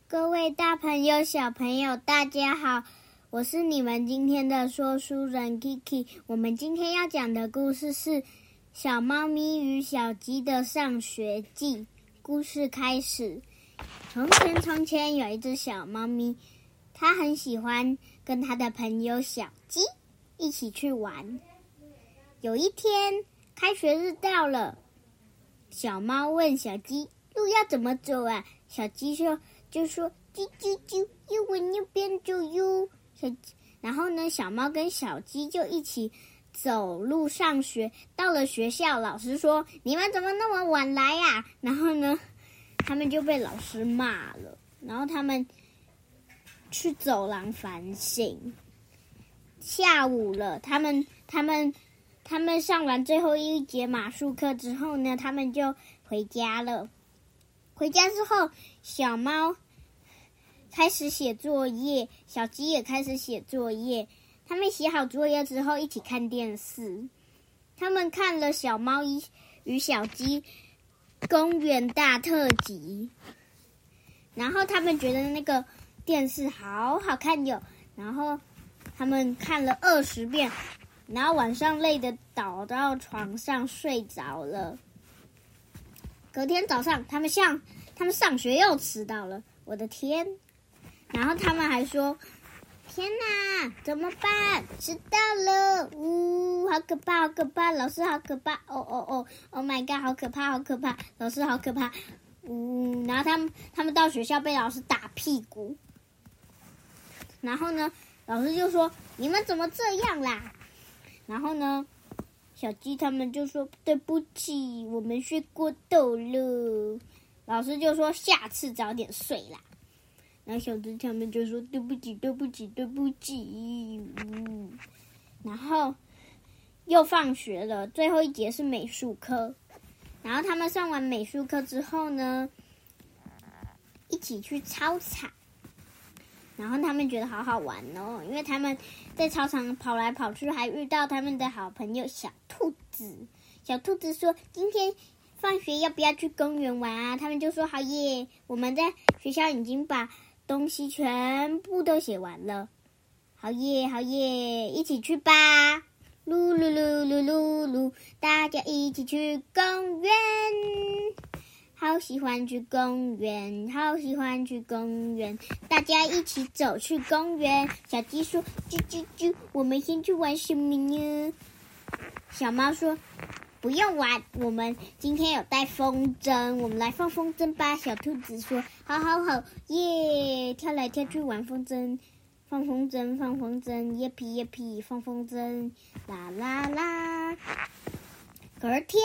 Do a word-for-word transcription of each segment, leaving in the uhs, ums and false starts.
各位大朋友、小朋友，大家好，我是你们今天的说书人 Kiki。我们今天要讲的故事是《小猫咪与小鸡的上学记》。故事开始。从前，从前有一只小猫咪，它很喜欢跟它的朋友小鸡一起去玩。有一天，开学日到了，小猫问小鸡：“路要怎么走啊？”小鸡说：“就说叽叽叽，又往右边走哟。”小然后呢，小猫跟小鸡就一起走路上学。到了学校，老师说：“你们怎么那么晚来呀？”然后呢，他们就被老师骂了。然后他们去走廊反省。下午了，他们他们他们上完最后一节马术课之后呢，他们就回家了。回家之后，小猫开始写作业，小鸡也开始写作业。他们写好作业之后，一起看电视。他们看了小猫与小鸡公园大特辑，然后他们觉得那个电视好好看哟。然后他们看了二十遍，然后晚上累得倒到床上睡着了。隔天早上，他们上他们上学又迟到了，我的天！然后他们还说：“天哪，怎么办？迟到了！呜，好可怕，好可怕！老师好可怕！哦哦哦 ，Oh my god， 好可怕，好可怕！老师好可怕！呜。”然后他们他们到学校被老师打屁股。然后呢，老师就说：“你们怎么这样啦？”然后呢，小鸡他们就说：“对不起，我们睡过头了。”老师就说：“下次早点睡啦。”然后小鸡他们就说：“对不起，对不起，对不起。”嗯，然后又放学了，最后一节是美术课。然后他们上完美术课之后呢，一起去操场。然后他们觉得好好玩哦，因为他们在操场跑来跑去，还遇到他们的好朋友小兔子。小兔子说：“今天放学要不要去公园玩啊？”他们就说：“好耶！我们在学校已经把东西全部都写完了。好耶，好耶，一起去吧！噜噜噜噜噜噜，大家一起去公园。好喜欢去公园，好喜欢去公园，大家一起走去公园。”小鸡说：“啾啾啾，我们先去玩什么呢？”小猫说：“不用玩，我们今天有带风筝，我们来放风筝吧。”小兔子说：“好好好，耶！跳来跳去玩风筝，放风筝，放风筝，耶皮耶皮，放风筝，啦啦啦。”隔天，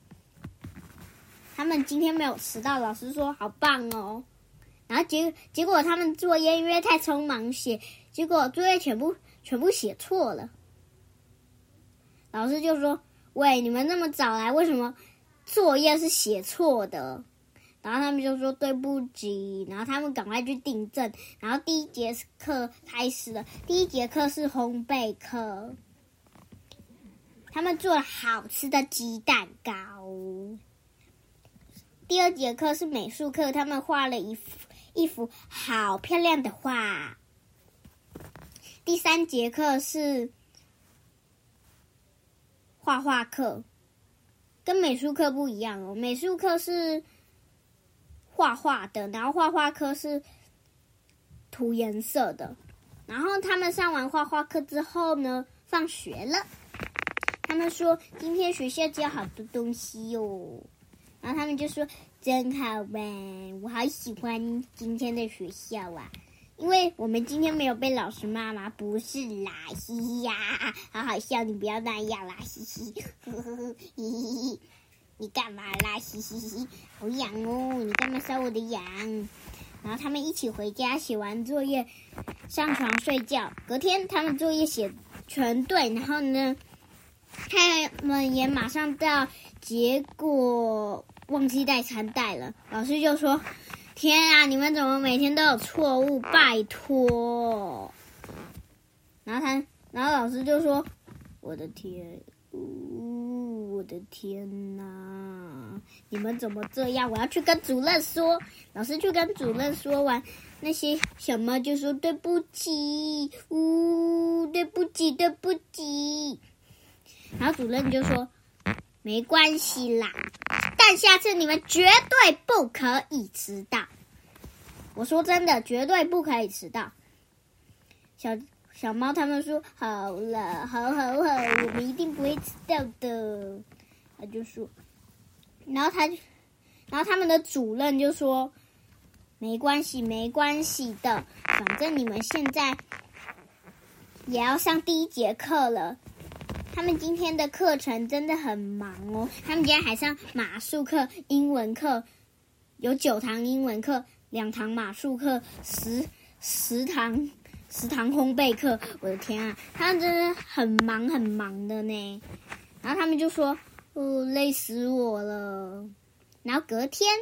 他们今天没有迟到，老师说好棒哦。然后结结果他们作业因为太匆忙写，结果作业全部全部写错了。老师就说：“喂，你们那么早来，为什么作业是写错的？”然后他们就说：“对不起。”然后他们赶快去订正。然后第一节课开始了，第一节课是烘焙课，他们做了好吃的鸡蛋糕。第二节课是美术课，他们画了一幅一幅好漂亮的画。第三节课是画画课，跟美术课不一样哦。美术课是画画的，然后画画课是涂颜色的。然后他们上完画画课之后呢，放学了。他们说今天学校教好多东西哟。然后他们就说：“真好玩，我好喜欢今天的学校啊！因为我们今天没有被老师骂吗？不是啦，嘻嘻呀，好好笑，你不要那样啦，嘻嘻，呵呵呵，嘻嘻，你干嘛啦，嘻嘻嘻，好痒哦，你干嘛搔我的痒？”然后他们一起回家，写完作业，上床睡觉。隔天他们作业写全对，然后呢，他们也马上到，结果忘记带餐袋了。老师就说：“天啊，你们怎么每天都有错误？拜托！”然后他，然后老师就说：“我的天，呜，我我的天哪！你们怎么这样？我要去跟主任说。老师去跟主任说完，那些小猫就说对不起，呜，对不起，对不起。然后主任就说没关系啦，但下次你们绝对不可以迟到。我说真的，绝对不可以迟到。小小猫他们说好了，好好好，我们一定不会迟到的。他就说，然后他，然后他们的主任就说，没关系，没关系的，反正你们现在也要上第一节课了。他们今天的课程真的很忙哦，他们今天还上马术课、英文课，有九堂英文课。两堂马术课，十十堂十堂烘焙课，我的天啊，他们真的很忙很忙的呢。然后他们就说：“哦，累死我了。”然后隔天，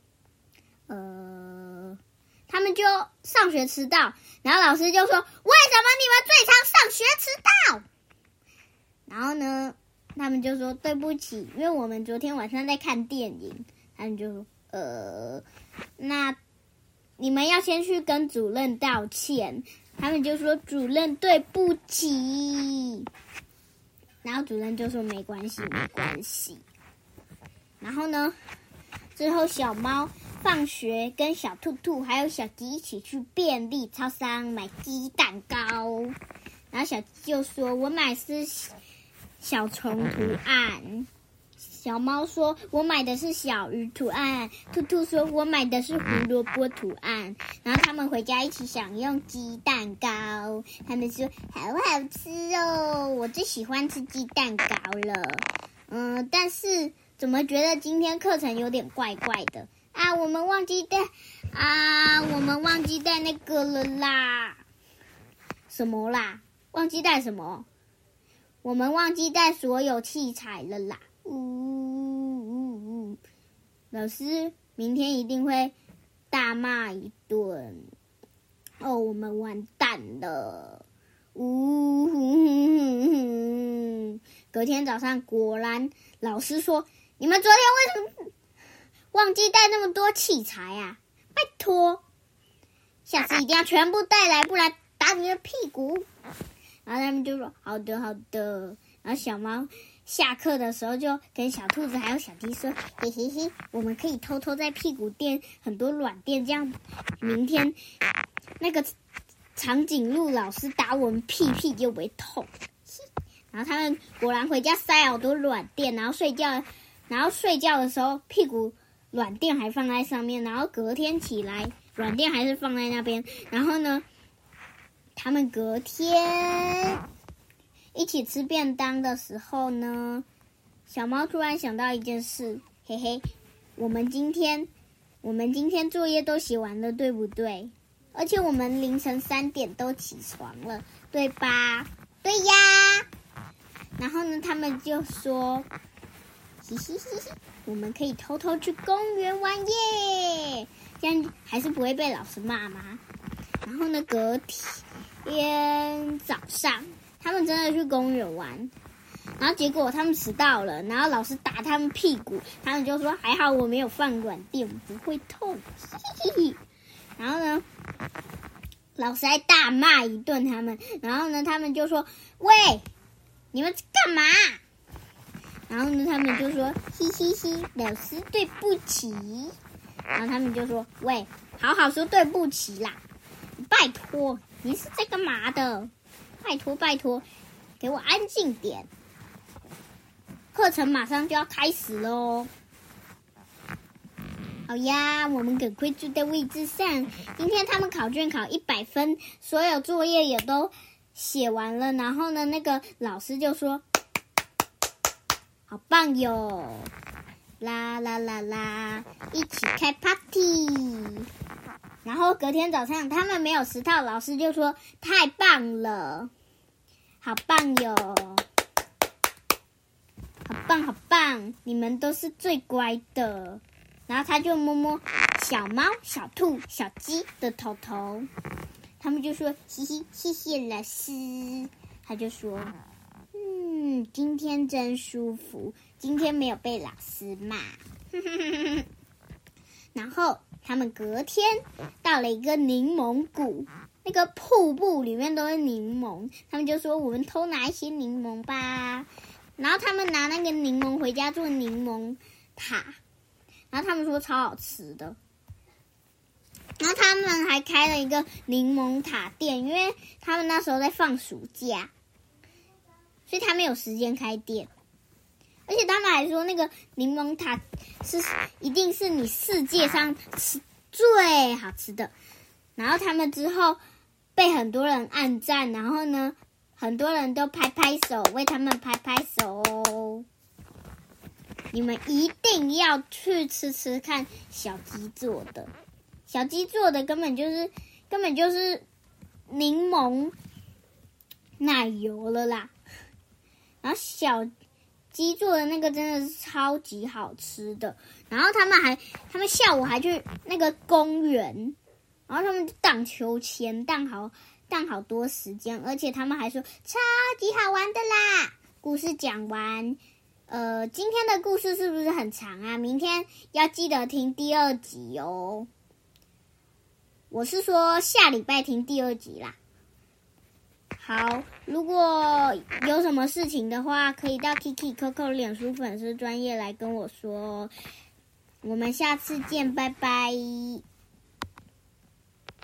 呃，他们就上学迟到，然后老师就说：“为什么你们最常上学迟到？”然后呢，他们就说：“对不起，因为我们昨天晚上在看电影。”他们就说：“呃，那。”你们要先去跟主任道歉，他们就说主任对不起，然后主任就说没关系没关系。然后呢，之后小猫放学跟小兔兔还有小鸡一起去便利超商买鸡蛋糕，然后小鸡就说我买是小虫图案。小猫说我买的是小鱼图案，兔兔说我买的是胡萝卜图案。然后他们回家一起享用鸡蛋糕，他们说好好吃哦，我最喜欢吃鸡蛋糕了。嗯，但是怎么觉得今天课程有点怪怪的啊？我们忘记带啊，我们忘记带那个了啦。什么啦？忘记带什么？我们忘记带所有器材了啦。呜呜呜！老师明天一定会大骂一顿。哦，我们完蛋了！呜呼呼呼！隔天早上，果然老师说：“你们昨天为什么忘记带那么多器材啊？拜托，下次一定要全部带来，不然打你的屁股。”然后他们就说：“好的，好的。”然后小猫下课的时候就跟小兔子还有小鸡说：“嘿嘿嘿，我们可以偷偷在屁股垫很多软垫，这样明天那个长颈鹿老师打我们屁屁就不会痛。”然后他们果然回家塞好多软垫，然后睡觉，然后睡觉的时候屁股软垫还放在上面，然后隔天起来软垫还是放在那边。然后呢，他们隔天一起吃便当的时候呢，小猫突然想到一件事，嘿嘿，我们今天我们今天作业都写完了，对不对？而且我们凌晨三点都起床了，对吧？对呀。然后呢，他们就说，嘻嘻嘻嘻，我们可以偷偷去公园玩耶，这样还是不会被老师骂吗？然后呢，隔天早上，他们真的去公园玩，然后结果他们迟到了，然后老师打他们屁股，他们就说还好我没有放软垫，不会痛。嘿嘿嘿。然后呢，老师还大骂一顿他们，然后呢，他们就说：“喂，你们干嘛？”然后呢，他们就说：“嘻嘻嘻，老师对不起。”然后他们就说：“喂，好好说对不起啦，拜托，你是在干嘛的？拜托拜托，给我安静点。课程马上就要开始喽。”好呀，我们赶快坐在位置上。今天他们考卷考一百分，所有作业也都写完了。然后呢，那个老师就说：“好棒哟！啦啦啦啦，一起开 party。”然后隔天早上他们没有迟到，老师就说：“太棒了，好棒哟！好棒好棒，你们都是最乖的。”然后他就摸摸小猫、小兔、小鸡的头头，他们就说：“嘻嘻，谢谢老师。”他就说：“嗯。” 嗯，今天真舒服，今天没有被老师骂。然后他们隔天到了一个柠檬谷，那个瀑布里面都是柠檬，他们就说我们偷拿一些柠檬吧。然后他们拿那个柠檬回家做柠檬塔，然后他们说超好吃的。然后他们还开了一个柠檬塔店，因为他们那时候在放暑假，所以他们有时间开店。而且他们还说那个柠檬塔是一定是你世界上吃最好吃的。然后他们之后被很多人按赞，然后呢很多人都拍拍手，为他们拍拍手哦。你们一定要去吃吃看小鸡做的，小鸡做的根本就是根本就是柠檬奶油了啦。然后小鸡做的那个真的是超级好吃的。然后他们还他们下午还去那个公园，然后他们荡秋千，荡好荡好多时间，而且他们还说超级好玩的啦。故事讲完，呃，今天的故事是不是很长啊？明天要记得听第二集哦。我是说下礼拜听第二集啦。好，如果有什么事情的话，可以到 Kiki Coco 脸书粉丝专页来跟我说。我们下次见，拜拜。